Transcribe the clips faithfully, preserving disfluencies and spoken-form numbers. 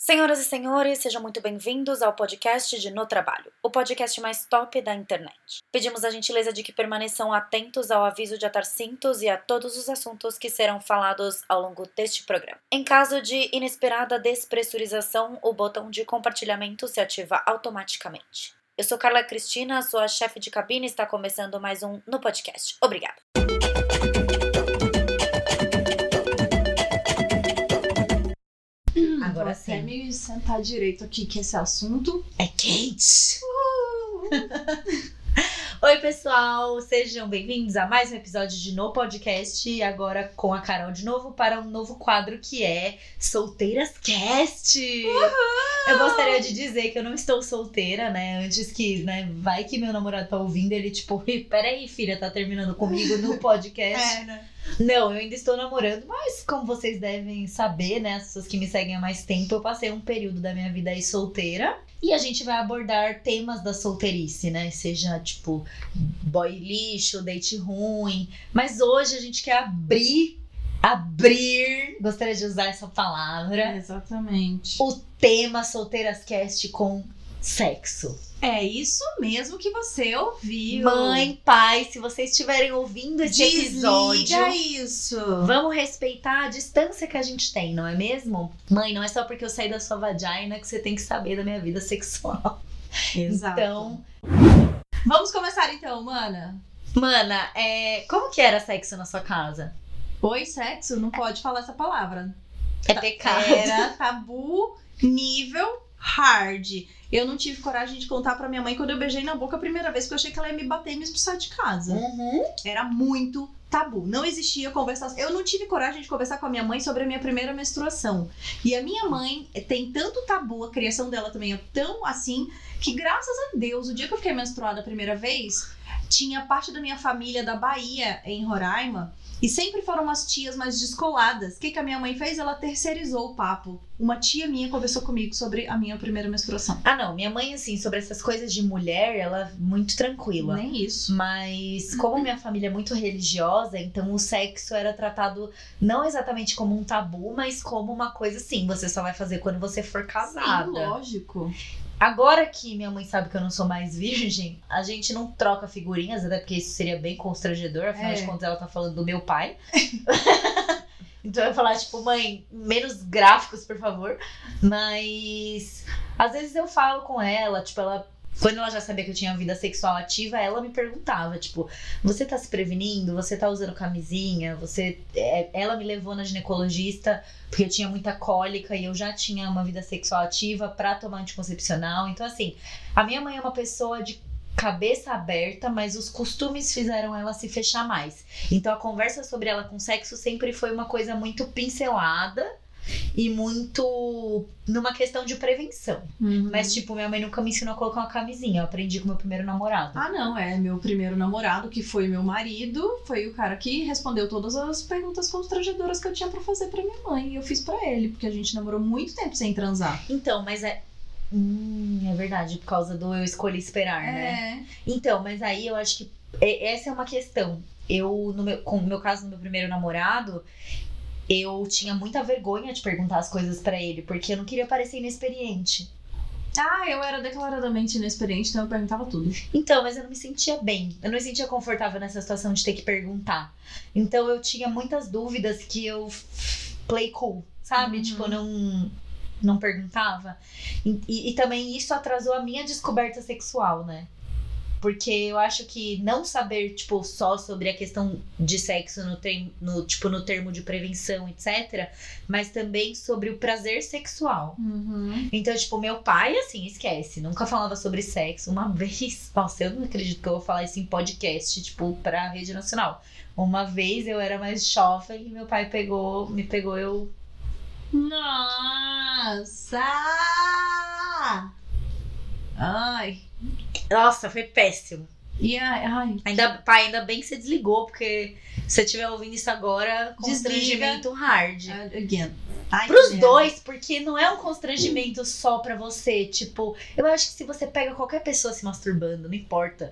Senhoras e senhores, sejam muito bem-vindos ao podcast de No Trabalho, o podcast mais top da internet. Pedimos a gentileza de que permaneçam atentos ao aviso de atar cintos e a todos os assuntos que serão falados ao longo deste programa. Em caso de inesperada despressurização, o botão de compartilhamento se ativa automaticamente. Eu sou Carla Cristina, sua chefe de cabine, e está começando mais um No Podcast. Obrigada. Agora sim. Vou até me sentar direito aqui, que esse assunto é quente. Oi, pessoal, sejam bem-vindos a mais um episódio de No Podcast, agora com a Carol de novo para um novo quadro que é Solteiras Cast. Uhum. Eu gostaria de dizer que eu não estou solteira, né, antes que, né, vai que meu namorado tá ouvindo, ele tipo, peraí, filha, tá terminando comigo no podcast. É, né? Não, eu ainda estou namorando, mas como vocês devem saber, né, as pessoas que me seguem há mais tempo, eu passei um período da minha vida aí solteira. E a gente vai abordar temas da solteirice, né? Seja, tipo, boy lixo, date ruim. Mas hoje a gente quer abrir, abrir, gostaria de usar essa palavra. Exatamente. O tema Solteiras Cast com sexo. É isso mesmo que você ouviu. Mãe, pai, se vocês estiverem ouvindo esse Desliga episódio, isso. Vamos respeitar a distância que a gente tem, não é mesmo? Mãe, não é só porque eu saí da sua vagina que você tem que saber da minha vida sexual. Exato. Então, vamos começar então, mana. Mana, é... como que era sexo na sua casa? Oi, sexo? Não pode falar essa palavra. É pecado. Era tabu nível hard. Eu não tive coragem de contar pra minha mãe quando eu beijei na boca a primeira vez, porque eu achei que ela ia me bater e me expulsar de casa. Uhum. Era muito tabu. Não existia conversação. Eu não tive coragem de conversar com a minha mãe sobre a minha primeira menstruação. E a minha mãe tem tanto tabu, a criação dela também é tão assim, que graças a Deus, o dia que eu fiquei menstruada a primeira vez, tinha parte da minha família da Bahia, em Roraima, e sempre foram umas tias mais descoladas. O que, que a minha mãe fez? Ela terceirizou o papo. Uma tia minha conversou comigo sobre a minha primeira menstruação. Ah, não. Minha mãe, assim, sobre essas coisas de mulher, ela é muito tranquila. Nem isso. Mas como minha família é muito religiosa, então o sexo era tratado não exatamente como um tabu, mas como uma coisa assim, você só vai fazer quando você for casada. Sim, lógico. Agora que minha mãe sabe que eu não sou mais virgem, a gente não troca figurinhas, até porque isso seria bem constrangedor, afinal é. de contas ela tá falando do meu pai. Então eu ia falar, tipo, mãe, menos gráficos, por favor. Mas às vezes eu falo com ela, tipo, ela... Quando ela já sabia que eu tinha vida sexual ativa, ela me perguntava, tipo, você tá se prevenindo? Você tá usando camisinha? Você... Ela me levou na ginecologista porque eu tinha muita cólica e eu já tinha uma vida sexual ativa pra tomar anticoncepcional. Então, assim, a minha mãe é uma pessoa de cabeça aberta, mas os costumes fizeram ela se fechar mais. Então, a conversa sobre ela com sexo sempre foi uma coisa muito pincelada e muito numa questão de prevenção. Uhum. Mas, tipo, minha mãe nunca me ensinou a colocar uma camisinha. Eu aprendi com meu primeiro namorado. Ah, não, é. Meu primeiro namorado, que foi meu marido, foi o cara que respondeu todas as perguntas constrangedoras que eu tinha pra fazer pra minha mãe. E eu fiz pra ele, porque a gente namorou muito tempo sem transar. Então, mas é... Hum, é verdade, por causa do eu escolhi esperar, é. né? Então, mas aí eu acho que essa é uma questão. Eu, no meu, com o meu caso, no meu primeiro namorado... Eu tinha muita vergonha de perguntar as coisas pra ele, porque eu não queria parecer inexperiente. Ah, eu era declaradamente inexperiente, então eu perguntava tudo. Então, mas eu não me sentia bem. Eu não me sentia confortável nessa situação de ter que perguntar. Então eu tinha muitas dúvidas que eu play cool, sabe? Uhum. Tipo, não, não perguntava. E, e, e também isso atrasou a minha descoberta sexual, né? Porque eu acho que não saber, tipo, só sobre a questão de sexo no, termo, no, tipo, no termo de prevenção, etcétera, mas também sobre o prazer sexual. Uhum. Então, tipo, meu pai, assim, esquece, nunca falava sobre sexo. Uma vez, nossa, eu não acredito que eu vou falar isso em podcast, tipo, pra rede nacional. Uma vez eu era mais jovem e meu pai pegou, me pegou, eu... Nossa! Ai... Nossa, foi péssimo. E ai, ai. Ainda, pai, ainda bem que você desligou, porque se você estiver ouvindo isso agora, constrangimento hard. Again. Ai, Pros dois, porque não é um constrangimento só pra você. Tipo, eu acho que se você pega qualquer pessoa se masturbando, não importa.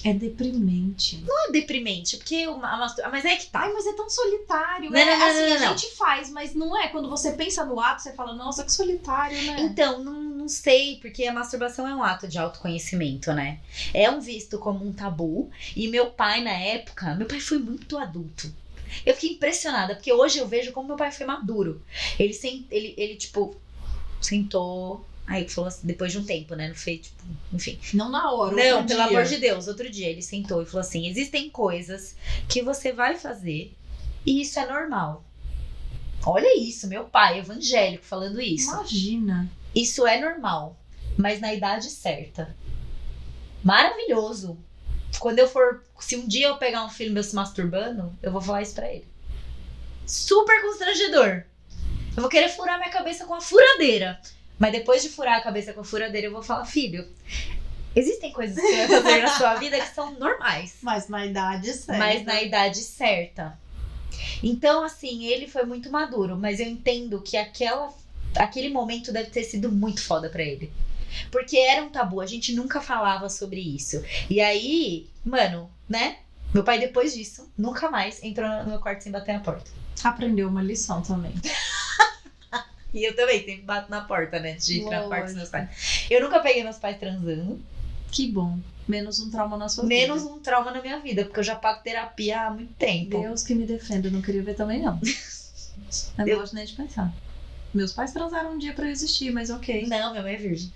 É deprimente. Não é deprimente, porque uma, a mastur... Mas é que tá. Ai, mas é tão solitário. Não, é, não, não, assim, não, não, a não. gente faz, mas não é. Quando você pensa no ato, você fala, nossa, que solitário, né? Então, não, não sei, porque a masturbação é um ato de autoconhecimento, né? É um visto como um tabu. E meu pai, na época, meu pai foi muito adulto. Eu fiquei impressionada, porque hoje eu vejo como meu pai foi maduro. Ele, sem, ele, ele tipo, sentou... Aí falou assim, depois de um tempo, né? Não foi, tipo, enfim. Não na hora, Não, outro pelo dia. amor de Deus. Outro dia ele sentou e falou assim, existem coisas que você vai fazer e isso é normal. Olha isso, meu pai evangélico falando isso. Imagina. Isso é normal, mas na idade certa. Maravilhoso. Quando eu for, se um dia eu pegar um filho meu se masturbando, eu vou falar isso pra ele. Super constrangedor. Eu vou querer furar minha cabeça com a furadeira. Mas depois de furar a cabeça com a furadeira, eu vou falar, filho, existem coisas que você vai fazer na sua vida que são normais. Mas na idade certa. Mas na idade certa. Então, assim, ele foi muito maduro, mas eu entendo que aquela, aquele momento deve ter sido muito foda pra ele. Porque era um tabu, a gente nunca falava sobre isso. E aí, mano, né? Meu pai, depois disso, nunca mais entrou no meu quarto sem bater na porta. Aprendeu uma lição também. E eu também sempre bato na porta, né? De entrar no quarto dos meus Lógico. pais. Eu nunca peguei meus pais transando. Que bom. Menos um trauma na sua Menos vida. um trauma na minha vida, porque eu já pago terapia há muito tempo. Deus que me defenda, eu não queria ver também, não. Eu não Eu- gosto nem de pensar. Meus pais transaram um dia pra eu existir, mas ok. Não, minha mãe é virgem.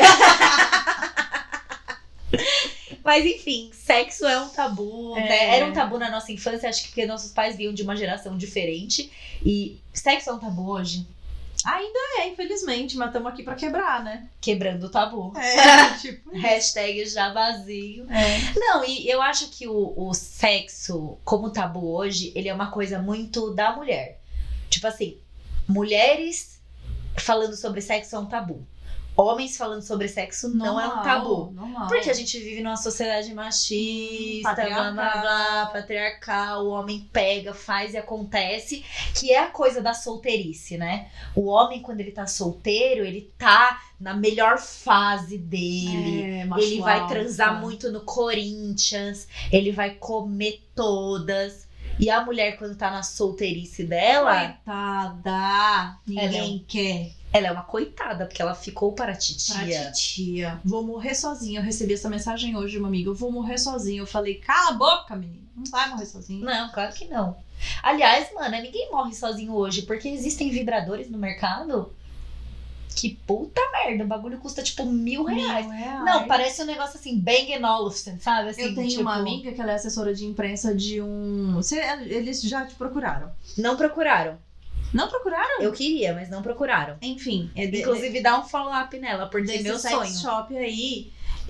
Mas enfim, sexo é um tabu, É. né? Era um tabu na nossa infância, acho que porque nossos pais vinham de uma geração diferente. E sexo é um tabu hoje? Ainda é, infelizmente, mas estamos aqui pra quebrar, né? Quebrando o tabu. É, tipo... Hashtag jabazinho. É. Não, e eu acho que o, o sexo, como tabu hoje, ele é uma coisa muito da mulher. Tipo assim, mulheres falando sobre sexo é um tabu. Homens falando sobre sexo não é um tabu. Normal. Porque a gente vive numa sociedade machista, Patriarcal. blá blá blá, patriarcal, o homem pega, faz e acontece, que é a coisa da solteirice, né? O homem, quando ele tá solteiro, ele tá na melhor fase dele. É, macho Ele vai alfa. transar muito no Corinthians, ele vai comer todas. E a mulher, quando tá na solteirice dela, Coitada. Ninguém é quer. ela é uma coitada, porque ela ficou para a Pra titia. titia. Vou morrer sozinha. Eu recebi essa mensagem hoje de uma amiga. Eu vou morrer sozinha. Eu falei, cala a boca, menina. Não vai morrer sozinha. Não, claro que não. Aliás, mano, ninguém morre sozinho hoje, porque existem vibradores no mercado. Que puta merda, o bagulho custa tipo mil reais. Mil reais. Não, parece um negócio assim, Bang Olufsen, sabe? Assim, Eu tenho tipo, uma amiga que ela é assessora de imprensa de um... Você- Eles já te procuraram. Não procuraram. Não procuraram? Eu queria, mas não procuraram. Enfim. É de, Inclusive, dá um follow-up nela, porque é desse meu sex sonho. shop aí.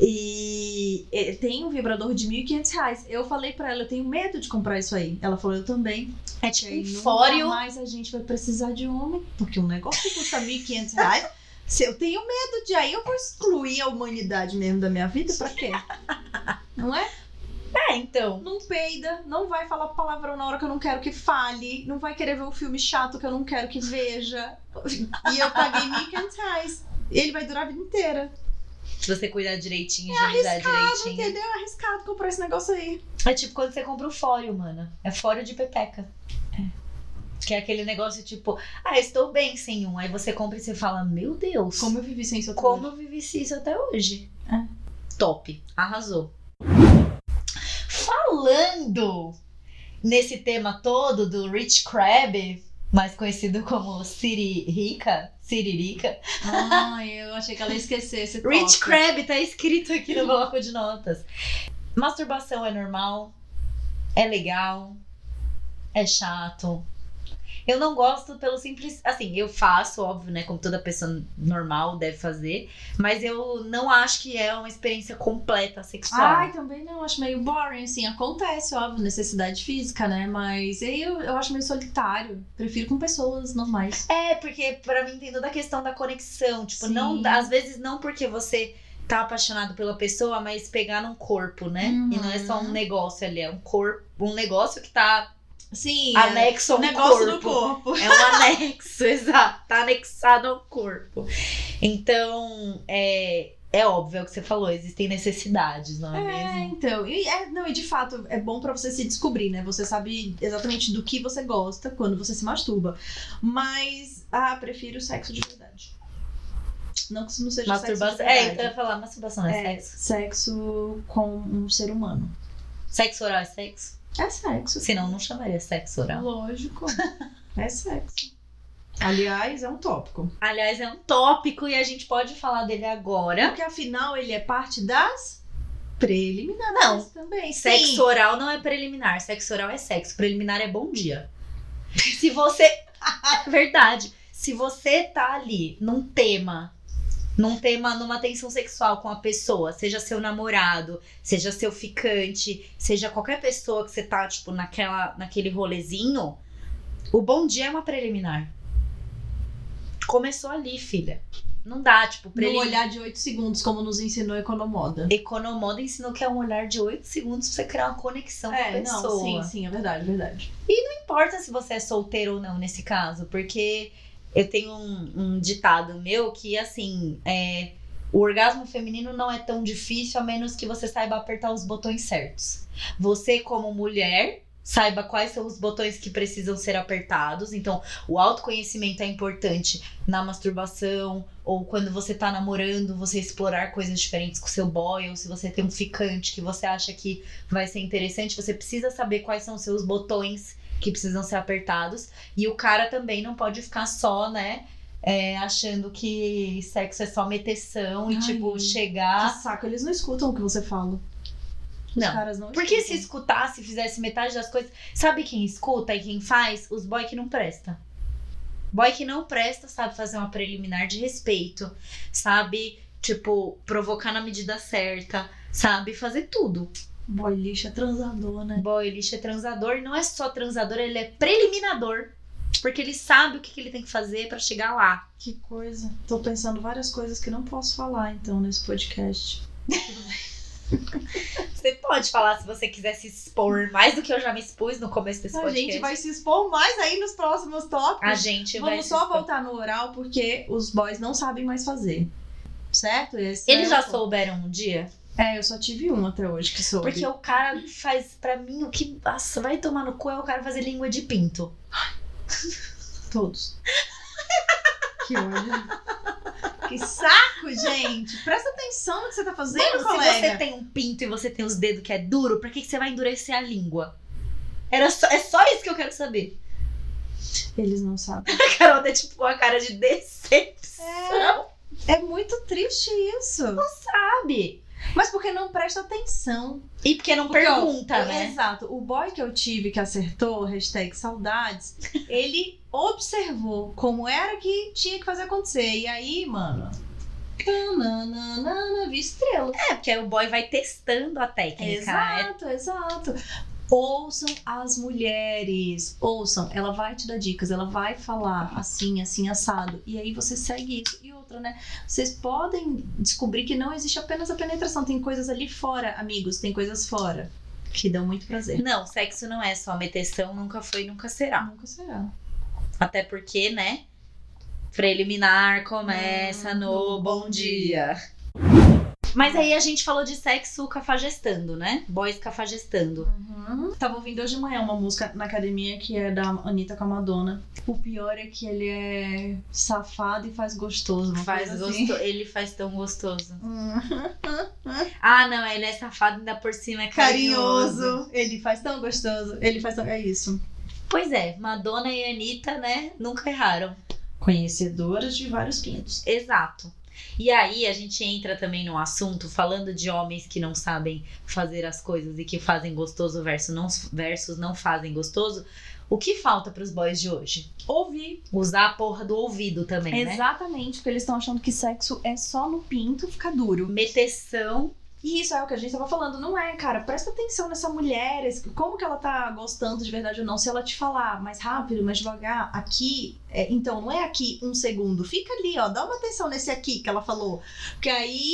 E e tem um vibrador de mil e quinhentos reais. Eu falei pra ela, eu tenho medo de comprar isso aí. Ela falou, eu também. É Que tipo aí um nunca fóreo. mais a gente vai precisar de homem. Porque um negócio que custa mil e quinhentos reais... Se eu tenho medo de aí, eu vou excluir a humanidade mesmo da minha vida, pra quê? Não é? É, então. Não peida, não vai falar palavrão na hora que eu não quero que fale, não vai querer ver um filme chato que eu não quero que veja. E eu paguei mil e quinhentos reais. Ele vai durar a vida inteira. Se você cuidar direitinho, higienizar direitinho. Entendeu? É arriscado comprar esse negócio aí. É tipo quando você compra o fóreo, mano. É fóreo de pepeca. É. Que é aquele negócio tipo, ah, estou bem sem um. Aí você compra e você fala, meu Deus. Como eu vivi sem isso até Como hoje. eu vivi isso até hoje. É. Top. Arrasou. Falando nesse tema todo do Rich Crab, mais conhecido como Siririca. Siririca. Ai, eu achei que ela ia esquecer esse Rich toque. Crab tá escrito aqui no bloco de notas. Masturbação é normal, é legal, é chato. Eu não gosto pelo simples... Assim, eu faço, óbvio, né? Como toda pessoa normal deve fazer. Mas eu não acho que é uma experiência completa sexual. Ai, também não, acho meio boring, assim, acontece, óbvio, necessidade física, né, mas aí eu, eu acho meio solitário, prefiro com pessoas normais. É, porque pra mim tem toda a questão da conexão. Tipo, Sim. não, às vezes não porque você tá apaixonado pela pessoa, mas pegar num corpo, né? Uhum. E não é só um negócio ali, é um corpo, um negócio que tá Sim, anexo é ao o negócio corpo. do corpo. É um anexo, exato. Tá anexado ao corpo. Então, é, é óbvio, é o que você falou, existem necessidades, não é, É, mesmo? então, e, é, não, e de fato é bom pra você se descobrir, né? Você sabe exatamente do que você gosta quando você se masturba. Mas, ah, prefiro sexo de verdade. Não que isso não seja Masturbação. sexo de É, verdade. então eu ia falar, masturbação é, É sexo. sexo com um ser humano. Sexo oral é sexo? É sexo. Senão não chamaria sexo oral. Lógico. É sexo. Aliás, é um tópico. Aliás, é um tópico e a gente pode falar dele agora. Porque afinal ele é parte das preliminares Não. também. Sexo Sim. oral não é preliminar. Sexo oral é sexo. Preliminar é bom dia. Se você. É verdade. Se você tá ali num tema, num tema, numa tensão sexual com a pessoa, seja seu namorado, seja seu ficante, seja qualquer pessoa que você tá, tipo, naquela, naquele rolezinho, o bom dia é uma preliminar. Começou ali, filha. Não dá, tipo, No preliminar. olhar de oito segundos, como nos ensinou Economoda. Economoda ensinou que é um olhar de oito segundos pra você criar uma conexão com a É, pessoa. não, sim, sim, é verdade, verdade. Não importa se você é solteiro ou não nesse caso, porque eu tenho um, um ditado meu que, assim, é, o orgasmo feminino não é tão difícil a menos que você saiba apertar os botões certos. Você, como mulher, saiba quais são os botões que precisam ser apertados. Então, o autoconhecimento é importante na masturbação, ou quando você tá namorando, você explorar coisas diferentes com seu boy, ou se você tem um ficante que você acha que vai ser interessante, você precisa saber quais são os seus botões que precisam ser apertados. E o cara também não pode ficar só, né, é, achando que sexo é só meteção e, Ai, tipo, Que chegar... saco, eles não escutam o que você fala. Os Não, caras não porque se escutam. escutasse, fizesse metade das coisas... Sabe quem escuta e quem faz? Os boy que não presta. Boy que não presta sabe fazer uma preliminar de respeito. Sabe, tipo, provocar na medida certa. Sabe fazer tudo. Boy lixo é transador, né? Boy lixo é transador. E não é só transador, ele é preliminador. Porque ele sabe o que, que ele tem que fazer pra chegar lá. Que coisa. Tô pensando várias coisas que não posso falar, então, nesse podcast. Você pode falar se você quiser se expor mais do que eu já me expus no começo desse A podcast. gente vai se expor mais aí nos próximos tópicos. A gente vai Vamos se só expor. voltar no oral, porque os boys não sabem mais fazer. Certo? Esse Eles é já o ponto. souberam um dia? É, eu só tive um até hoje que soube. Porque o cara faz, pra mim, o que nossa, vai tomar no cu é o cara fazer língua de pinto. Todos. Que ódio. Que saco, gente. Presta atenção no que você tá fazendo, Mano, se colega. você tem um pinto e você tem os dedos que é duro, pra que, que você vai endurecer a língua? Era só, é só isso que eu quero saber. Eles não sabem. A Carol tem tipo uma cara de decepção, É muito triste isso. sabe? Mas porque não presta atenção. E porque não Porque, ó, pergunta, eu- né? Exato. O boy que eu tive que acertou, hashtag saudades, ele observou como era que tinha que fazer acontecer. E aí, mano... tananana, vi estrela. É, porque aí o boy vai testando a técnica. É Exato, exato. Ouçam as mulheres. Ouçam. Ela vai te dar dicas. Ela vai falar assim, assim, assado. E aí você segue isso. E outra, né? Vocês podem descobrir que não existe apenas a penetração. Tem coisas ali fora, amigos. Tem coisas fora que dão muito prazer. Não, sexo não é só meteção, nunca foi e nunca será. Nunca será. Até porque, né? Preliminar começa Hum, no no bom bom dia. Mas aí a gente falou de sexo cafajestando, né? Boys cafajestando. Uhum. Tava ouvindo hoje de manhã uma música na academia que é da Anitta com a Madonna. O pior é que ele é safado e faz gostoso. Uma Faz coisa assim. gosto... Ele faz tão gostoso. Hum. Ah, não, ele é safado e ainda por cima é carinhoso. Carinhoso. Ele faz tão gostoso. Ele faz tão... É isso. Pois é, Madonna e Anitta, né? Nunca erraram. Conhecedoras de vários pintos. Exato. E aí a gente entra também no assunto falando de homens que não sabem fazer as coisas e que fazem gostoso versus não, versus não fazem gostoso. O que falta pros boys de hoje? Ouvir. Usar a porra do ouvido também, né? Exatamente, porque eles estão achando que sexo é só no pinto ficar duro. Meteção. E isso é o que a gente tava falando, não é, cara? Presta atenção nessa mulher, esse- como que ela tá gostando de verdade ou não. Se ela te falar mais rápido, mais devagar, aqui, é, então não é aqui um segundo, fica ali, ó, dá uma atenção nesse aqui que ela falou. Porque aí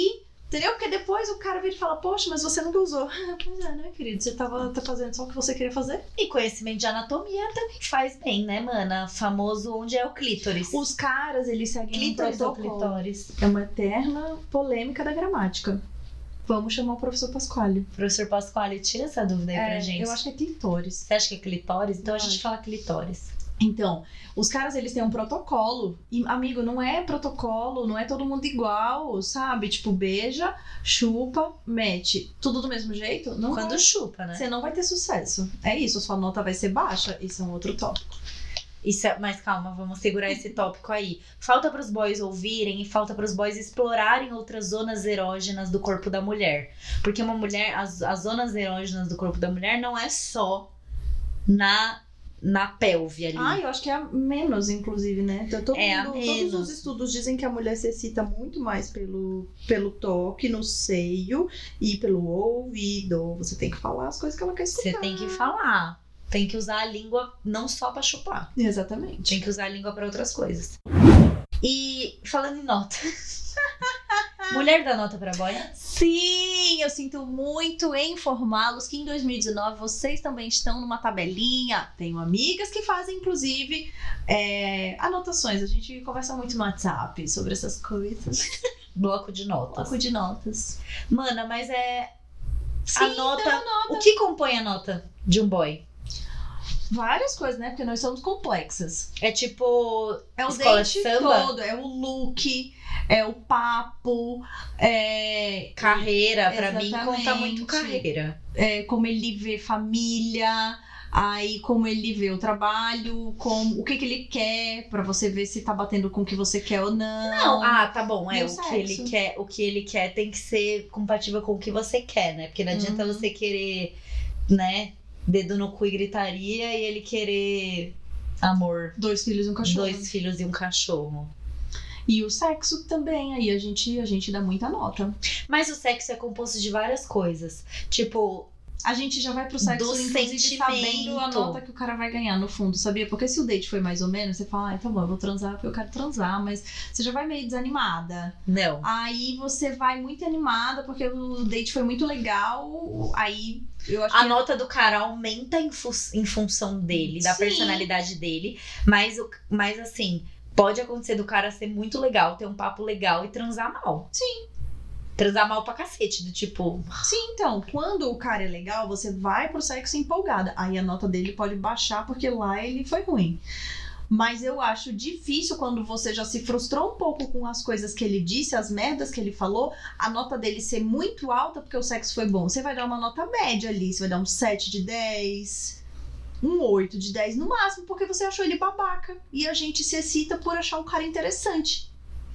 Entendeu? Porque depois o cara vira e fala, poxa, mas você nunca usou. Ah, pois é, né, querido? Você tava tá fazendo só o que você queria fazer. E conhecimento de anatomia também faz bem, né, mana? Famoso onde é o clítoris. Os caras, eles seguem Clítoris um ou protocolo. clitóris? É uma eterna polêmica da gramática. Vamos chamar o professor Pasquale. Professor Pasquale, tira essa dúvida aí É, pra gente. eu acho que é clitóris. Você acha que é clitóris? Então Eu a gente acho. fala clitóris. Então, os caras, eles têm um protocolo. E, amigo, não é protocolo, não é todo mundo igual, sabe? Tipo, beija, chupa, mete. Tudo do mesmo jeito? Não Quando vai. chupa, né? Você não vai ter sucesso. É isso, sua nota vai ser baixa. Isso é um outro tópico. Isso é, mas calma, vamos segurar esse tópico aí. Falta pros boys ouvirem e falta pros boys explorarem outras zonas erógenas do corpo da mulher. Porque uma mulher, as, as zonas erógenas do corpo da mulher não é só na, na pelve ali. Ah, eu acho que é a menos, inclusive, né? Todo É a mundo, todos menos. os estudos dizem que a mulher se excita muito mais pelo, pelo toque no seio e pelo ouvido. Você tem que falar as coisas que ela quer escutar. Você tem que falar. Tem que usar a língua não só pra chupar. Exatamente. Tem que usar a língua pra outras coisas. E falando em nota. Mulher dá nota pra boy? Sim, eu sinto muito em informá-los que em dois mil e dezenove vocês também estão numa tabelinha. Tenho amigas que fazem, inclusive, é, anotações. A gente conversa muito no WhatsApp sobre essas coisas. Bloco de notas. Bloco de notas. Mana, mas é... Sim, a nota, dá nota. O que compõe a nota de um boy? Várias coisas, né? Porque nós somos complexas. É tipo É o escola date de samba? todo, é o look, é o papo, é, Carreira, pra mim, Exatamente. conta muito carreira. é como ele vê família, aí como ele vê o trabalho, como, o que, que ele quer, pra você ver se tá batendo com o que você quer ou não. Não, ah, tá bom. É, E o o que sexo? ele quer, o que ele quer tem que ser compatível com o que você quer, né? Porque não adianta Uhum. você querer, né, dedo no cu e gritaria e ele querer amor, Dois filhos e um cachorro. dois filhos e um cachorro. E o sexo também, aí a gente, a gente dá muita nota. Mas o sexo é composto de várias coisas. Tipo, A gente já vai pro sexo, Do inclusive, sabendo a sentimento. nota que o cara vai ganhar no fundo, sabia? Porque se o date foi mais ou menos, você fala, ah, tá bom, eu vou transar porque eu quero transar, mas você já vai meio desanimada. não. Aí você vai muito animada porque o date foi muito legal, aí eu acho A que... nota do cara aumenta em, fu- em função dele, da Sim. personalidade dele. Mas, o, mas assim, pode acontecer do cara ser muito legal, ter um papo legal e transar mal. Sim. Transar mal pra cacete, do tipo... Sim, então, quando o cara é legal, você vai pro sexo empolgada. Aí a nota dele pode baixar porque lá ele foi ruim. Mas eu acho difícil quando você já se frustrou um pouco com as coisas que ele disse, as merdas que ele falou, a nota dele ser muito alta porque o sexo foi bom. Você vai dar uma nota média ali, você vai dar um sete de dez, um oito de dez no máximo, porque você achou ele babaca. E a gente se excita por achar um cara interessante.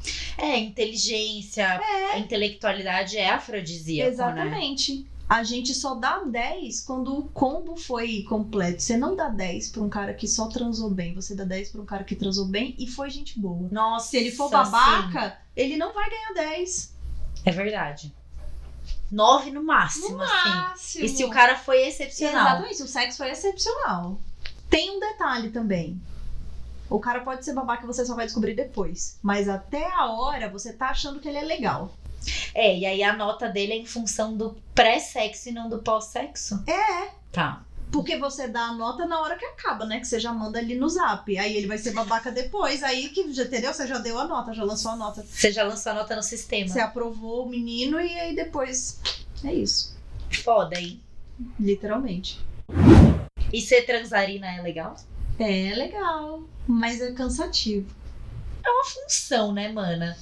É, inteligência, a intelectualidade é afrodisíaco, né? Exatamente. A gente só dá dez quando o combo foi completo. Você não dá dez pra um cara que só transou bem. Você dá dez pra um cara que transou bem e foi gente boa. Nossa, Se ele for sim. babaca, ele não vai ganhar dez. É verdade. Nove no máximo, assim. Máximo. E se o cara foi excepcional? Exatamente, o sexo foi excepcional. Tem um detalhe também. O cara pode ser babaca e você só vai descobrir depois. Mas até a hora você tá achando que ele é legal. É, e aí a nota dele é em função do pré-sexo e não do pós-sexo? É. Tá. Porque você dá a nota na hora que acaba, né? Que você já manda ali no zap. Aí ele vai ser babaca depois. Aí que, já entendeu? Você já deu a nota, já lançou a nota. Você já lançou a nota no sistema. Você aprovou o menino e aí depois... É isso. Foda, hein? Literalmente. E ser transarina é legal? É legal, mas é cansativo. Função, né, mana?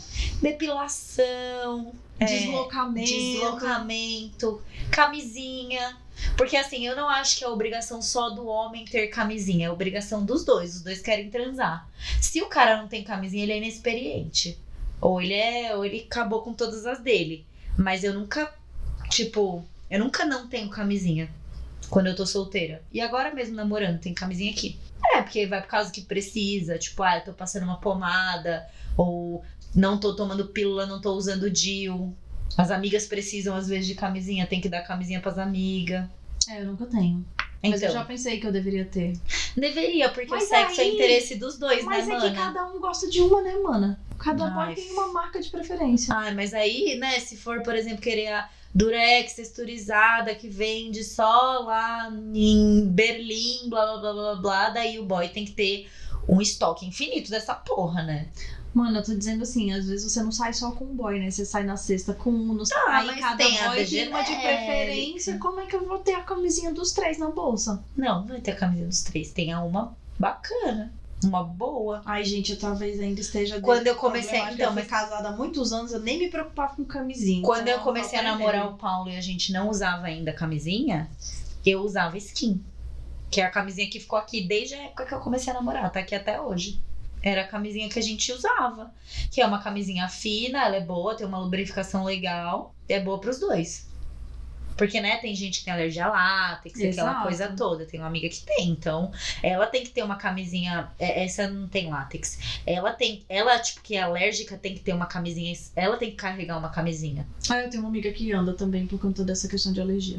Depilação, é, Deslocamento. deslocamento, camisinha. Porque assim, eu não acho que é obrigação só do homem ter camisinha, é obrigação dos dois. Os dois querem transar. Se o cara não tem camisinha, ele é inexperiente. Ou ele é, ou ele acabou com todas as dele. Mas eu nunca, tipo, eu nunca não tenho camisinha quando eu tô solteira. E agora mesmo namorando, tem camisinha aqui. É, porque vai por causa que precisa. Tipo, ah, eu tô passando uma pomada. Ou não tô tomando pílula, não tô usando D I U. As amigas precisam, às vezes, de camisinha. Tem que dar camisinha pras amigas. É, eu nunca tenho. Então, Mas eu já pensei que eu deveria ter. deveria, porque Mas o sexo aí- é interesse dos dois, Mas né, é mana? que cada um gosta de uma, né, mana? Cada Ai, boy tem uma marca de preferência. Ai, mas aí, né, se for, por exemplo, querer a Durex texturizada que vende só lá em Berlim, blá blá blá blá blá, daí o boy tem que ter um estoque infinito dessa porra, né? Mano, eu tô dizendo assim, às vezes você não sai só com um boy, né? Você sai na sexta com um, no Ah, aí mas cada tem a boy tem uma de genérica. preferência. Como é que eu vou ter a camisinha dos três na bolsa? Não, não vai ter a camisinha dos três, tem a uma bacana, uma boa. Ai, gente, eu talvez ainda esteja... Quando eu comecei- então, então, eu fui mas- casada há muitos anos, eu nem me preocupava com camisinha. Quando então eu comecei a tô namorar aprendendo. o Paulo e a gente não usava ainda camisinha, eu usava skin. Que é a camisinha que ficou aqui desde a época que eu comecei a namorar, tá aqui até hoje. Era a camisinha que a gente usava. Que é uma camisinha fina, ela é boa, tem uma lubrificação legal. É boa pros dois. Porque, né, tem gente que tem alergia a látex, aquela Exato. coisa toda. Tem uma amiga que tem. Então, ela tem que ter uma camisinha... é, Essa não tem látex. Ela tem... Ela, tipo, que é alérgica, tem que ter uma camisinha... Ela tem que carregar uma camisinha. Ah, eu tenho uma amiga que anda também por conta dessa questão de alergia.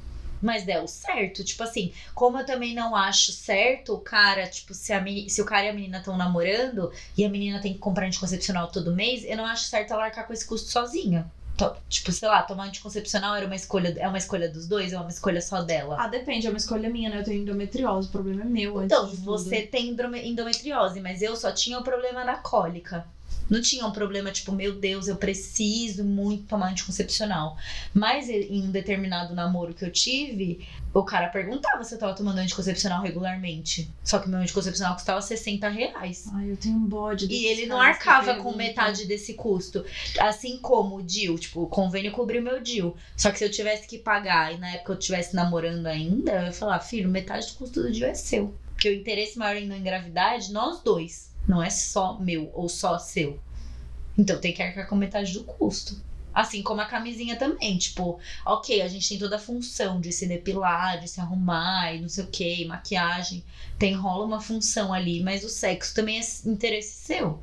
Mas é o certo, tipo assim, como eu também não acho certo o cara, tipo, se, a meni- se o cara e a menina estão namorando e a menina tem que comprar anticoncepcional todo mês, eu não acho certo ela arcar com esse custo sozinha. To- Tipo, sei lá, tomar anticoncepcional era uma escolha, é uma escolha dos dois ou é uma escolha só dela? Ah, depende, é uma escolha minha, né? Eu tenho endometriose, o problema é meu. antes Então, de tudo. você tem endome- endometriose, mas eu só tinha o problema na cólica. Não tinha um problema, tipo, meu Deus, eu preciso muito tomar anticoncepcional. Mas em um determinado namoro que eu tive, o cara perguntava se eu tava tomando anticoncepcional regularmente. Só que meu anticoncepcional custava sessenta reais. Ai, eu tenho um bode. E desses ele não caras que arcava com perguntam. metade desse custo. Assim como o D I U, tipo, o convênio cobriu meu D I U. Só que se eu tivesse que pagar e na época eu estivesse namorando ainda, eu ia falar, filho, metade do custo do D I U é seu. Porque o interesse maior em não engravidar é de nós dois. Não é só meu ou só seu. Então tem que arcar com metade do custo. Assim como a camisinha também. Tipo, ok, a gente tem toda a função de se depilar, de se arrumar e não sei o que, maquiagem. Tem, rola uma função ali, mas o sexo também é interesse seu.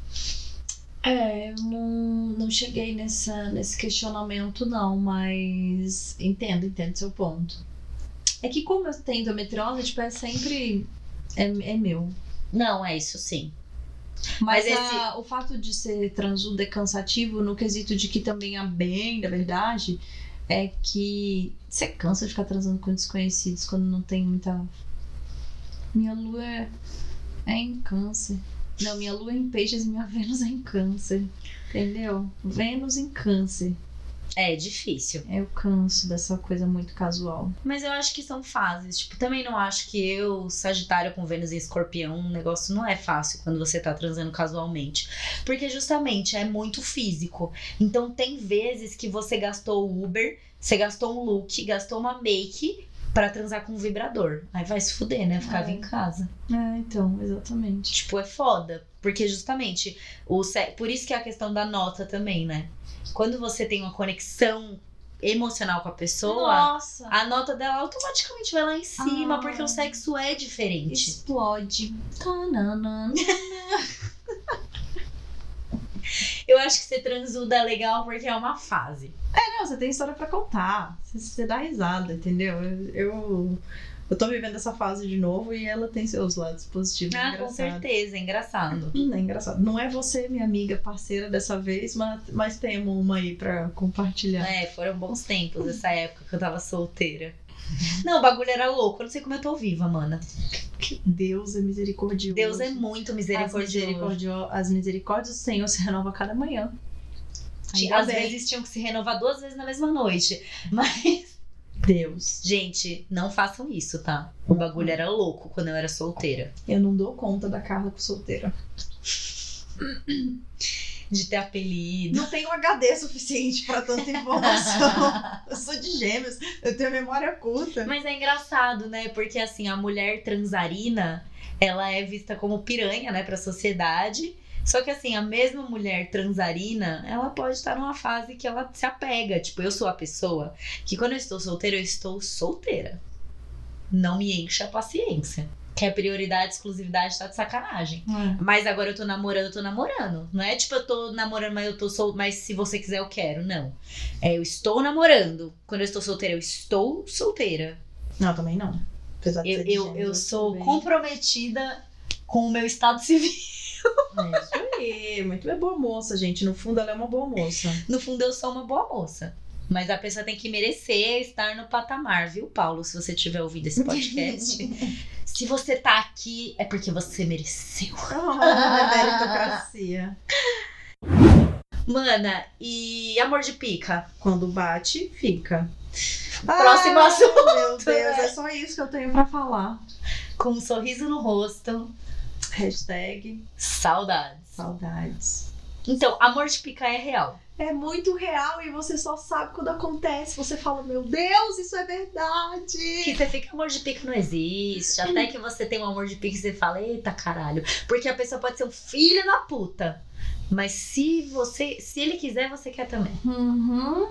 É, eu não, não cheguei nessa, nesse questionamento, não, mas entendo, entendo seu ponto. É que como eu tenho endometriose, tipo, é sempre. É, é meu. Não, é isso sim. Mas, Mas a- o fato de ser transudo é cansativo, no quesito de que também há bem, na verdade, é que você cansa de ficar transando com desconhecidos quando não tem muita. Minha lua é, é em câncer. Não, minha lua é em peixes e minha Vênus é em câncer. Entendeu? Vênus em câncer. É difícil. Eu canso dessa coisa muito casual. Mas eu acho que são fases. Tipo, também não acho que eu, Sagitário com Vênus em Escorpião, um negócio não é fácil quando você tá transando casualmente. Porque justamente é muito físico. Então tem vezes que você gastou o Uber, você gastou um look, gastou uma make pra transar com um vibrador. Aí vai se fuder, né? Eu ficava É. em casa. É, então, exatamente. Tipo, é foda. Porque justamente, o se... por isso que é a questão da nota também, né? Quando você tem uma conexão emocional com a pessoa, Nossa! a nota dela automaticamente vai lá em cima, Ah. porque o sexo é diferente. Explode. Tananana. Eu acho que ser transuda é legal porque é uma fase. Não, você tem história pra contar. Você, você dá risada, entendeu? Eu, eu, eu tô vivendo essa fase de novo e ela tem seus lados positivos. Ah, com engraçados. certeza, é engraçado. É engraçado. Não é você, minha amiga, parceira dessa vez, mas, mas temos uma aí pra compartilhar. É, foram bons tempos essa época que eu tava solteira. Não, o bagulho era louco. Eu não sei como eu tô viva, mana. Que Deus é misericordioso. Deus é muito As, misericordioso. misericordio... As misericórdias do Senhor se renovam a cada manhã. Ainda Às bem. vezes tinham que se renovar duas vezes na mesma noite. Mas, Deus. gente, não façam isso, tá? O bagulho era louco quando eu era solteira. Eu não dou conta da Carla com solteira. De ter apelido. Não tenho H D suficiente pra tanta informação. Eu sou de gêmeos, eu tenho memória curta. Mas é engraçado, né? Porque assim, a mulher transarina, ela é vista como piranha, né, pra sociedade. Só que assim, a mesma mulher transarina, ela pode estar numa fase que ela se apega. Tipo, eu sou a pessoa que quando eu estou solteira, eu estou solteira. Não me encha a paciência. Que a prioridade, exclusividade tá de sacanagem. Mas agora eu tô namorando, eu tô namorando. Não é tipo, eu tô namorando, mas eu tô sol... mas se você quiser, eu quero. Não. É, eu estou namorando. Quando eu estou solteira, eu estou solteira. Não, também não. Apesar de Eu, ser de eu, gêmeos, eu sou também. comprometida com o meu estado civil. É isso aí, muito é boa moça, gente. No fundo, ela é uma boa moça. No fundo, eu sou uma boa moça. Mas a pessoa tem que merecer estar no patamar, viu, Paulo? Se você tiver ouvido esse podcast. Se você tá aqui, é porque você mereceu. Oh, meritocracia. Mana, e amor de pica? Quando bate, fica. Próximo ah, assunto. Meu Deus, é só isso que eu tenho pra falar. Com um sorriso no rosto. Hashtag Saudades. saudades. Então, amor de pica é real. É muito real e você só sabe quando acontece. Você fala, meu Deus, isso é verdade. Que você fica, amor de pica não existe. Até que você tem um amor de pica e você fala, eita caralho. Porque a pessoa pode ser um filho da puta. Mas se você, se ele quiser, você quer também. Uhum.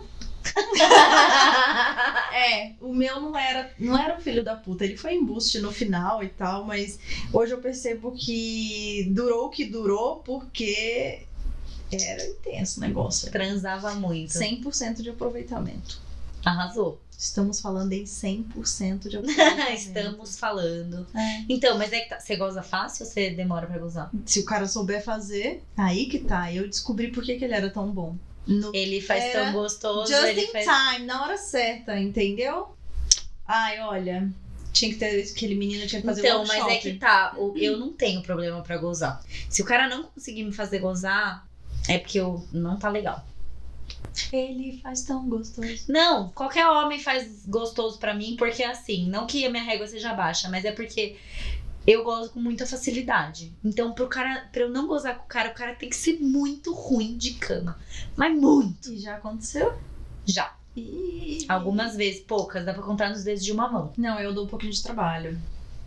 É, o meu não era, não era um filho da puta. Ele foi embuste no final e tal, mas hoje eu percebo que durou o que durou porque era intenso o negócio. Transava muito. cem por cento de aproveitamento. Arrasou. Estamos falando em cem por cento de aproveitamento. Estamos falando. É. Então, mas é que tá, você goza fácil ou você demora pra gozar? Se o cara souber fazer, aí que tá. Eu descobri por que, que ele era tão bom. No... Ele faz Era tão gostoso. Just ele in faz... time, na hora certa, entendeu? Ai, olha, tinha que ter, aquele menino tinha que fazer Então, workshop. mas é que tá, o- eu não tenho problema pra gozar. Se o cara não conseguir me fazer gozar, é porque eu não tá legal. Ele faz tão gostoso. Não, qualquer homem faz gostoso pra mim, porque assim, não que a minha régua seja baixa, mas é porque eu gozo com muita facilidade. Então, pro cara, pra eu não gozar com o cara, o cara tem que ser muito ruim de cama. Mas muito. E já aconteceu? Já. Ih. Algumas vezes, poucas, dá pra contar nos dedos de uma mão. Não, eu dou um pouquinho de trabalho.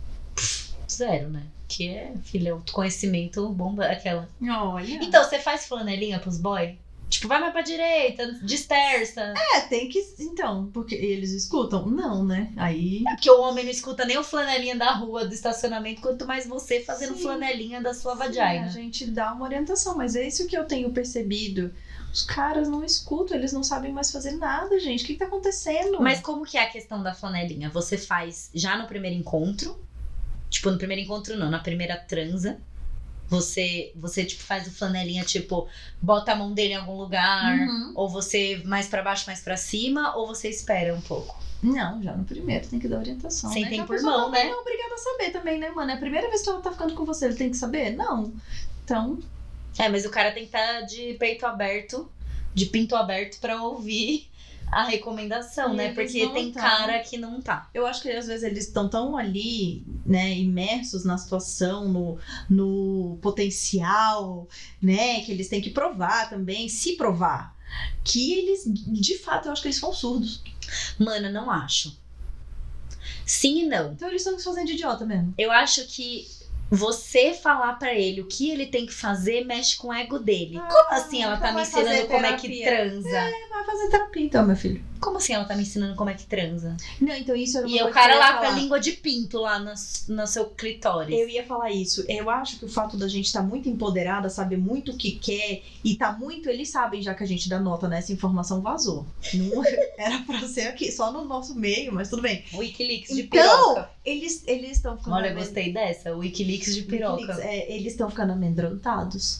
Zero, né? Que é, filha, autoconhecimento bomba aquela. Olha. Então, você faz flanelinha pros boy? Tipo, vai mais pra direita, dispersa. É, tem que. Então, porque eles escutam? Não, né? Aí. É porque o homem não escuta nem o flanelinha da rua, do estacionamento, quanto mais você fazendo Sim. flanelinha da sua Sim, vagina. a gente dá uma orientação, mas é isso que eu tenho percebido. Os caras não escutam, eles não sabem mais fazer nada, gente. O que, que tá acontecendo? Mas como que é a questão da flanelinha? Você faz já no primeiro encontro? Tipo, no primeiro encontro não, na primeira transa. Você, você tipo, faz o flanelinha, tipo, bota a mão dele em algum lugar. Uhum. Ou você mais pra baixo, mais pra cima. Ou você espera um pouco. Não, já no primeiro tem que dar orientação. Sem né? tempo A por pessoa mão, também né? não é obrigada a saber também, né, mano? É a primeira vez que ela tá ficando com você, ele tem que saber? Não. Então, É, mas o cara tem que estar de peito aberto, de pinto aberto pra ouvir a recomendação, E né? eles Porque não tem tão. cara que não tá. eu acho que às vezes eles estão tão ali, né, imersos na situação, no, no potencial, né, que eles têm que provar também, se provar, que eles, de fato, eu acho que eles são surdos. Mano, não acho. Sim e não. Então eles estão se fazendo de idiota mesmo. Eu acho que você falar pra ele o que ele tem que fazer mexe com o ego dele. Ah, Como assim ela tá então me vai fazer ensinando como é que terapia. transa? Vai fazer terapia então, meu filho. Como assim ela tá me ensinando como é que transa? Não, então isso era uma E o coisa cara que eu ia lá com a falar. língua de pinto lá no, no seu clitóris. Eu ia falar isso. Eu acho que o fato da gente estar muito empoderada, saber muito o que quer e tá muito. Eles sabem já que a gente dá nota, né? Essa informação vazou. Não era pra ser aqui, só no nosso meio, mas tudo bem. Wikileaks de Então, piroca. eles eles estão ficando. Olha, eu amedrontados. gostei dessa. Wikileaks de piroca. É, eles estão ficando amedrontados.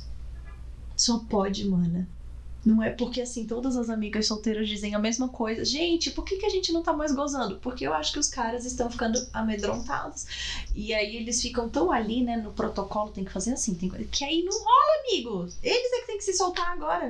Só pode, mana. Não é porque assim, todas as amigas solteiras dizem a mesma coisa. Gente, por que, que a gente não tá mais gozando? Porque eu acho que os caras estão ficando amedrontados. E aí eles ficam tão ali, né, no protocolo, tem que fazer assim, tem que... que aí não rola, amigo. Eles é que tem que se soltar agora.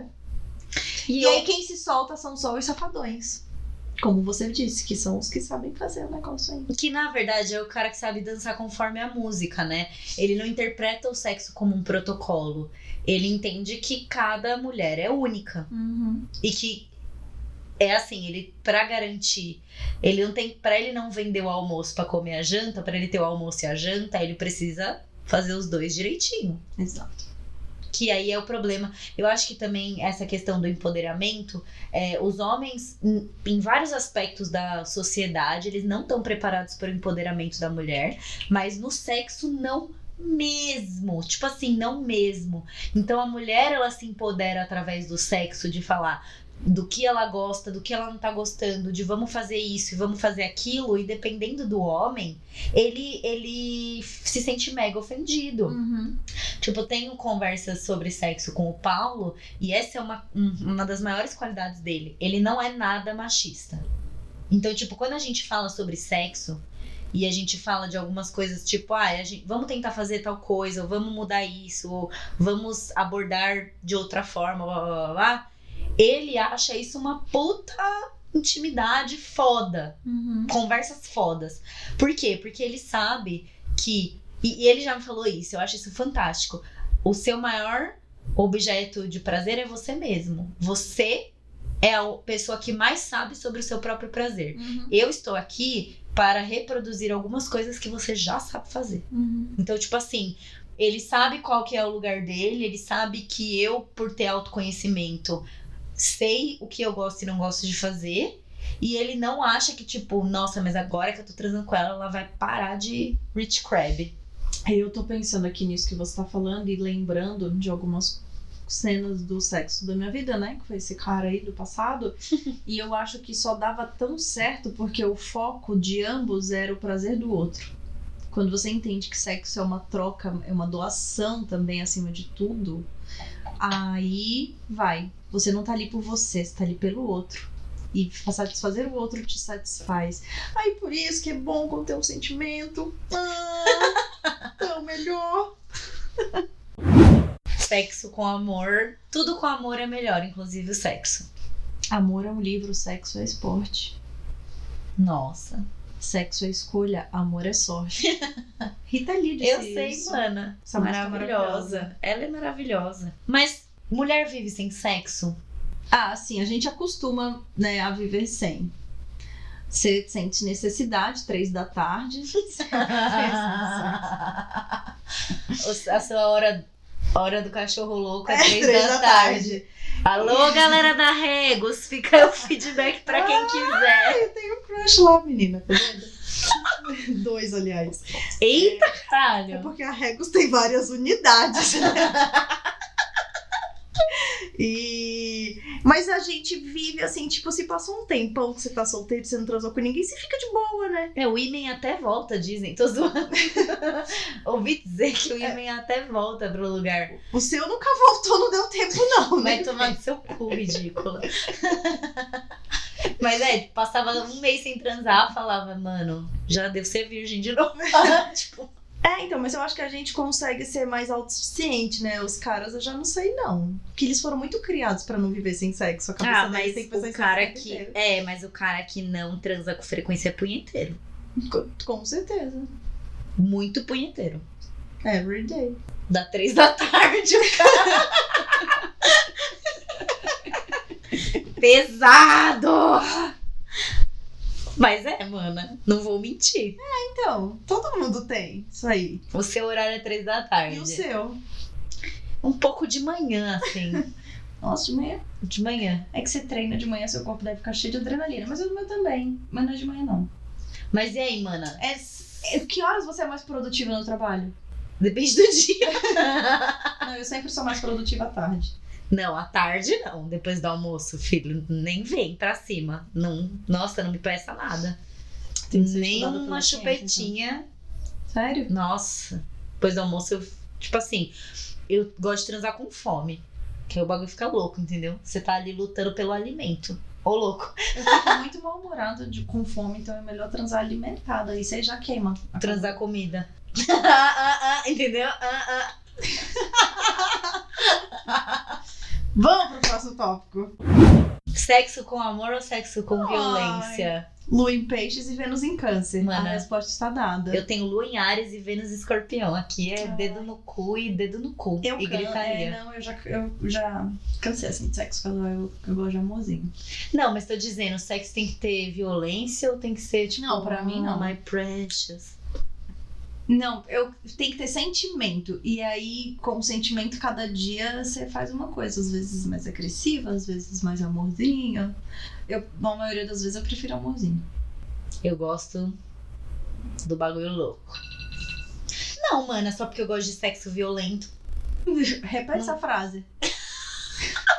E, E, eu- aí quem se solta são só os safadões. Como você disse, que são os que sabem fazer o negócio aí. Que na verdade é o cara que sabe dançar conforme a música, né? Ele não interpreta o sexo como um protocolo. Ele entende que cada mulher é única. Uhum. E que é assim, ele pra garantir, ele não tem, para ele não vender o almoço pra comer a janta, pra ele ter o almoço e a janta, ele precisa fazer os dois direitinho. Exato. Que aí é o problema. Eu acho que também essa questão do empoderamento, é, os homens, em, em vários aspectos da sociedade, eles não estão preparados para o empoderamento da mulher, mas no sexo não mesmo. Tipo assim, não mesmo. Então a mulher, ela se empodera através do sexo, de falar: do que ela gosta, do que ela não tá gostando, de vamos fazer isso e vamos fazer aquilo, e dependendo do homem, ele, ele se sente mega ofendido. Uhum. Tipo, eu tenho conversas sobre sexo com o Paulo, e essa é uma, um, uma das maiores qualidades dele. Ele não é nada machista. Então, tipo, quando a gente fala sobre sexo, e a gente fala de algumas coisas, tipo, ah, a gente, vamos tentar fazer tal coisa, ou vamos mudar isso, ou vamos abordar de outra forma, blá, blá, blá, blá, ele acha isso uma puta intimidade foda. Uhum. Conversas fodas. Por quê? Porque ele sabe que... E, e ele já me falou isso, eu acho isso fantástico. O seu maior objeto de prazer é você mesmo. Você é a pessoa que mais sabe sobre o seu próprio prazer. Uhum. Eu estou aqui para reproduzir algumas coisas que você já sabe fazer. Uhum. Então, tipo assim... Ele sabe qual que é o lugar dele, ele sabe que eu, por ter autoconhecimento, sei o que eu gosto e não gosto de fazer. E ele não acha que, tipo, nossa, mas agora que eu tô transando com ela, ela vai parar de rich crab. Eu tô pensando aqui nisso que você tá falando e lembrando de algumas cenas do sexo da minha vida, né? Que foi esse cara aí do passado. E eu acho que só dava tão certo porque o foco de ambos era o prazer do outro. Quando você entende que sexo é uma troca, é uma doação também acima de tudo, aí vai. Você não tá ali por você, você tá ali pelo outro. E satisfazer o outro te satisfaz. Aí por isso que é bom quando tem um sentimento. Ah, tão melhor. Sexo com amor. Tudo com amor é melhor, inclusive o sexo. Amor é um livro, sexo é esporte. Nossa. Sexo é escolha, amor é sorte. Rita Lee disse Eu sei, isso. mana. Essa música é Maravilhosa. maravilhosa. Ela é maravilhosa. Mas mulher vive sem sexo? Ah, sim, a gente acostuma, né, a viver sem. Você sente necessidade, três da tarde. A sua hora, hora do cachorro louco é, É, três, três da, da tarde. tarde. Alô, galera da Regos, fica aí o feedback pra quem quiser. Eu tenho um crush lá, menina, tá vendo? Dois, aliás. Eita, É caralho. porque a Regos tem várias unidades. E... Mas a gente vive assim, tipo, se passou um tempão que você tá solteiro, você não transou com ninguém, você fica de boa, né? É, o ímen até volta, dizem. Tô zoando. Ouvi dizer que o ímen até volta pro lugar. O seu nunca voltou, não deu tempo não, né? Vai tomar no seu cu, ridícula. Mas é, passava um mês sem transar, falava, mano, já devo ser virgem de novo. Tipo... É, então, mas eu acho que a gente consegue ser mais autossuficiente, né? Os caras eu já não sei, não. Porque eles foram muito criados pra não viver sem sexo. A cabeça Ah, deles mas tem que pensar o em cara sexo que... inteiro. É, mas o cara que não transa com frequência é punheteiro. Com, com certeza. Muito punheteiro. Every day. Da três da tarde, o cara. Pesado! Mas é, mana, não vou mentir. Então, todo mundo tem isso aí. O seu horário é três da tarde. E o seu? Um pouco de manhã, assim. Nossa, de manhã. De manhã. É que você treina de manhã, seu corpo deve ficar cheio de adrenalina. Mas o meu também. Mas não é de manhã, não. Mas e aí, mana? É, é- que horas você é mais produtiva no trabalho? Depende do dia. Não, eu sempre sou mais produtiva à tarde. Não, à tarde não. Depois do almoço, filho, nem vem pra cima. Não, nossa, não me peça nada. Tem que ser Nem estudada uma pela ciência, chupetinha. Sério? Nossa. Depois do almoço, eu, tipo assim, eu gosto de transar com fome. Que aí o bagulho fica louco, entendeu? Você tá ali lutando pelo alimento. Ô, louco. Eu fico muito mal-humorada de- com fome, então é melhor transar alimentada. Aí você já queima. Transar comida. ah, ah, ah, entendeu? Ah, ah. Vamos pro próximo tópico. Sexo com amor ou sexo com Ai. violência? Lua em peixes e Vênus em câncer. Mana, a resposta está dada. Eu tenho lua em Áries e Vênus em Escorpião. Aqui é Ai. dedo no cu e dedo no cu. Eu e can- gritaria. É, não, eu já, eu já cansei assim de sexo casal. Eu, eu gosto de amorzinho. Não, mas tô dizendo, sexo tem que ter violência ou tem que ser tipo... Não, pra mim, não. My precious. Não, eu tem que ter sentimento. E aí, com o sentimento, cada dia você faz uma coisa. Às vezes mais agressiva, às vezes mais amorzinho. Eu, na maioria das vezes, eu prefiro amorzinho. Eu gosto do bagulho louco. Não, mano, é só porque eu gosto de sexo violento. Repete essa frase.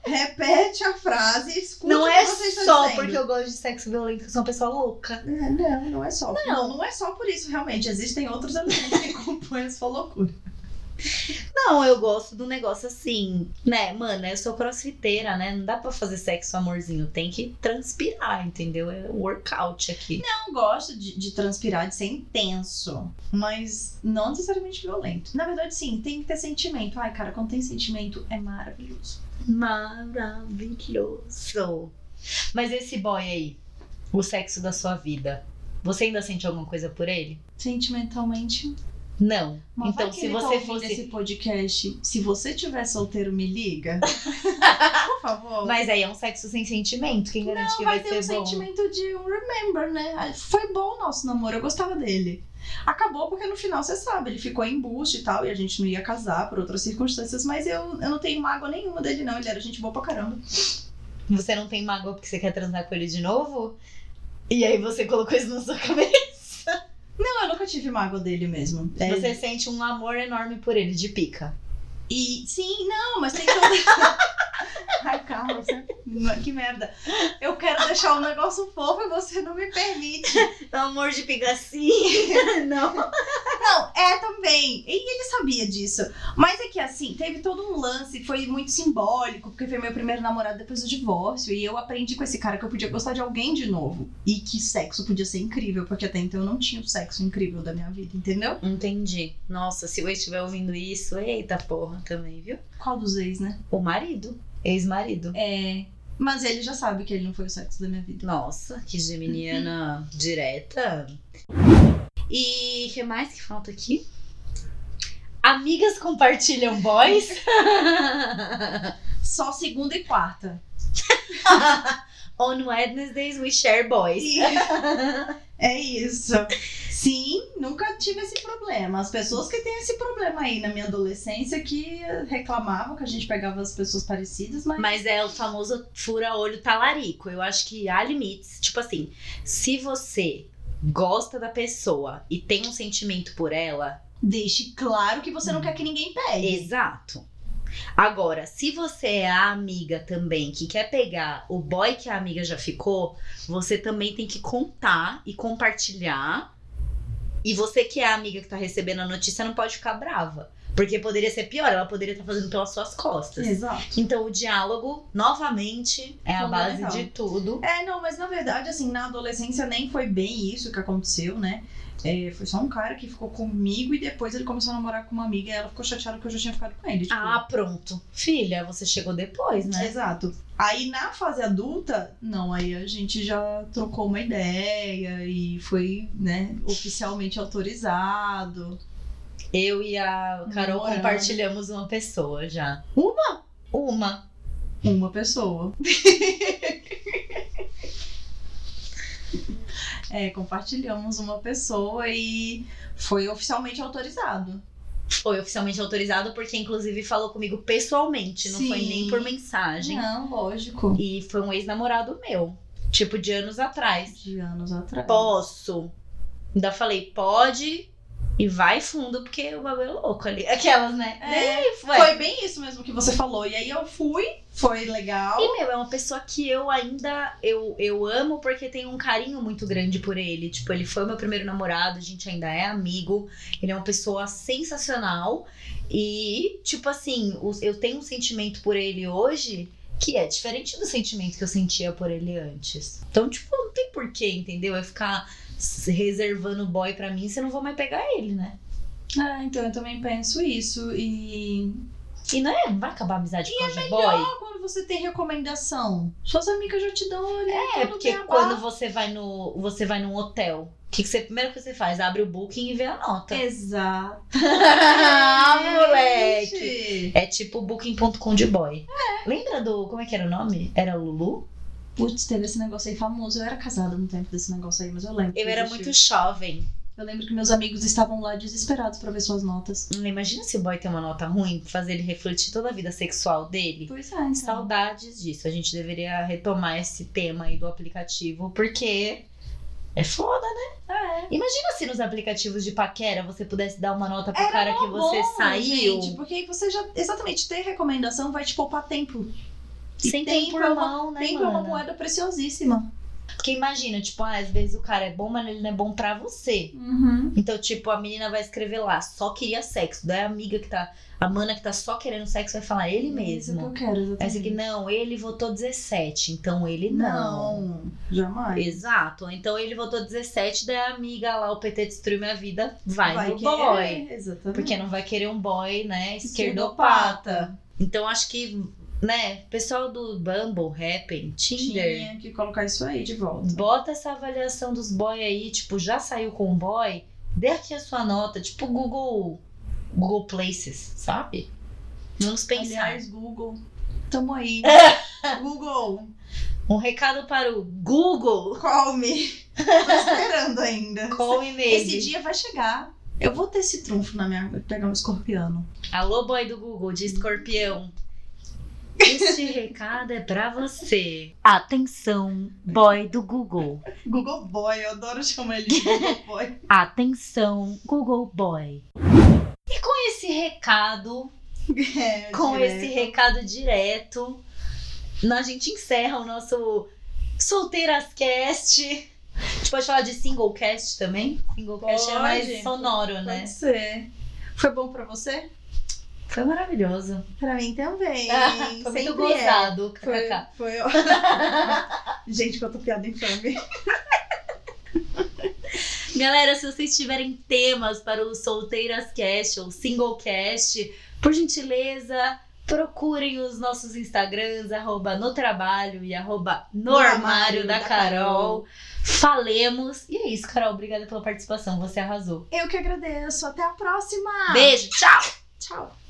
repete a frase e escuta Não o é que você está só dizendo. porque eu gosto de sexo violento que eu sou uma pessoa louca. É, não, não é só. Não. não, não é só por isso, realmente. Existem outros elementos que compõem a sua loucura. Não, eu gosto do negócio assim, né, mano, eu sou crossfiteira, né, não dá pra fazer sexo amorzinho, tem que transpirar, entendeu? É workout aqui. Não gosto de, de transpirar, de ser intenso, mas não necessariamente violento. Na verdade, sim, tem que ter sentimento. Ai, cara, quando tem sentimento, é maravilhoso. Maravilhoso. Mas esse boy aí, o sexo da sua vida, você ainda sente alguma coisa por ele? Sentimentalmente... Não. Mas então, vai que se ele tá você ouvindo fosse. esse podcast, se você tiver solteiro, me liga. Por favor. Mas aí é um sexo sem sentimento. Quem garante Não, que vai vai, ter ser um bom? sentimento de um remember, né? Foi bom o nosso namoro, eu gostava dele. Acabou porque no final, você sabe, ele ficou em embuste e tal, e a gente não ia casar por outras circunstâncias, mas eu, eu não tenho mágoa nenhuma dele, não. Ele era gente boa pra caramba. Você não tem mágoa porque você quer transar com ele de novo? E aí você colocou isso na sua cabeça. Não, eu nunca tive mágoa dele mesmo. É, Você sente um amor enorme por ele, de pica. E sim, não, mas tem toda. Ai, calma, você... que merda. Eu quero deixar um negócio fofo e você não me permite. Amor de pica, sim. Não. Não, é também. E ele sabia disso. Mas é que assim, teve todo um lance, foi muito simbólico, porque foi meu primeiro namorado depois do divórcio. E eu aprendi com esse cara que eu podia gostar de alguém de novo. E que sexo podia ser incrível, porque até então eu não tinha o sexo incrível da minha vida, entendeu? Entendi. Nossa, se eu estiver ouvindo isso, eita porra também, viu? Qual dos ex, né? O marido. Ex-marido. É. Mas ele já sabe que ele não foi o sexo da minha vida. Nossa, que geminiana direta. E o que mais que falta aqui? Amigas compartilham boys? Só segunda e quarta. On Wednesdays we share boys. É isso. Sim, nunca tive esse problema. As pessoas que têm esse problema aí na minha adolescência que reclamavam que a gente pegava as pessoas parecidas, mas... Mas é o famoso fura-olho talarico. Eu acho que há limites. Tipo assim, se você gosta da pessoa e tem um sentimento por ela... Deixe claro que você não quer que ninguém pegue. Exato. Agora, se você é a amiga também que quer pegar o boy que a amiga já ficou, você também tem que contar e compartilhar. E você que é a amiga que tá recebendo a notícia não pode ficar brava. Porque poderia ser pior, ela poderia estar fazendo pelas suas costas. Exato. Então o diálogo, novamente, é a base Fundamental. de tudo. É, não, mas na verdade, assim, na adolescência nem foi bem isso que aconteceu, né? É, foi só um cara que ficou comigo e depois ele começou a namorar com uma amiga e ela ficou chateada que eu já tinha ficado com ele. Tipo... Ah, pronto. Filha, você chegou depois, né? Exato. Aí na fase adulta, não, aí a gente já trocou uma ideia e foi, né, oficialmente autorizado. Eu e a Carol Namorando. compartilhamos uma pessoa já. Uma? Uma. Uma pessoa. É, compartilhamos uma pessoa e foi oficialmente autorizado. Foi oficialmente autorizado porque, inclusive, falou comigo pessoalmente. Não Sim. foi nem por mensagem. Não, lógico. E foi um ex-namorado meu. Tipo, de anos atrás. De anos atrás. Posso. Ainda falei, pode. E vai fundo, porque o bagulho é louco ali. Aquelas, né? É, E foi. Foi bem isso mesmo que você falou. E aí eu fui, foi legal. E, meu, é uma pessoa que eu ainda eu, eu amo porque tenho um carinho muito grande por ele. Tipo, ele foi o meu primeiro namorado, a gente ainda é amigo. Ele é uma pessoa sensacional. E, tipo assim, os- eu tenho um sentimento por ele hoje que é diferente do sentimento que eu sentia por ele antes. Então, tipo, não tem porquê, entendeu? Eu ficar s- reservando o boy pra mim se eu não vou mais pegar ele, né? Ah, então eu também penso isso. E E não é, não vai acabar a amizade por causa de boy. só quando você tem recomendação. Suas amigas já te dão ali. É, todo porque beabá. quando você vai no você vai num hotel, o que, que você, primeiro que você faz? Abre o booking e vê a nota. Exato. Ah, moleque! Gente. É tipo booking ponto com de boy. Lembra do, como é que era o nome? Era Lulu? Putz, teve esse negócio aí famoso. Eu era casada no tempo desse negócio aí, mas eu lembro. Eu que era existiu. muito jovem. Eu lembro que meus amigos estavam lá desesperados pra ver suas notas. Não imagina se o boy tem uma nota ruim, fazer ele refletir toda a vida sexual dele. Pois é, então. Saudades disso. A gente deveria retomar esse tema aí do aplicativo, porque é foda, né? É. Imagina se nos aplicativos de paquera você pudesse dar uma nota pro Era cara que mó você bom, saiu. Gente, porque aí você já. Exatamente, ter recomendação vai te poupar tempo. E Sem tempo é uma, né, tempo é uma moeda preciosíssima. Porque imagina, tipo, ah, às vezes o cara é bom, mas ele não é bom pra você. Uhum. Então, tipo, a menina vai escrever lá, só queria sexo. Daí a amiga que tá, a mana que tá só querendo sexo vai falar, ele mesmo. É isso que eu quero, exatamente. Essa aqui, não, ele votou dezessete, então ele não. Não, jamais. Exato, então ele votou dezessete, daí a amiga lá, o P T destruiu minha vida, vai, Vai no querer, boy. exatamente. Porque não vai querer um boy, né, Esquerdopata. esquerdopata. Então acho que, né, pessoal do Bumble, Happn, Tinder, Tinha que colocar isso aí de volta. bota essa avaliação dos boy aí, tipo, já saiu com um boy, dê aqui a sua nota, tipo Google, Google Places, sabe? Vamos pensar. Aliás, Google, tamo aí. Google, Um recado para o Google. call me. Tô esperando ainda. Call me maybe. Esse dia vai chegar. Eu vou ter esse trunfo na minha... pegar um escorpiano. Alô, boy do Google, de escorpião. Este recado é pra você. Atenção, boy do Google. Google Boy, eu adoro chamar ele de Google Boy. Atenção, Google Boy. E com esse recado, É, com direto. esse recado direto, a gente encerra o nosso Solteirascast. A gente pode falar de Singlecast também? Singlecast é mais Pode. sonoro, né? Pode ser. Foi bom pra você? Foi maravilhoso. Pra mim também. Foi muito Sempre gozado. é. Foi, kkk. foi... Gente, quanta piada infame. Galera, se vocês tiverem temas para o Solteirascast ou Singlecast, por gentileza, procurem os nossos Instagrams, arroba no trabalho e arroba no armário da Carol. Falemos. E é isso, Carol. Obrigada pela participação. Você arrasou. Eu que agradeço. Até a próxima. Beijo. Tchau. Tchau.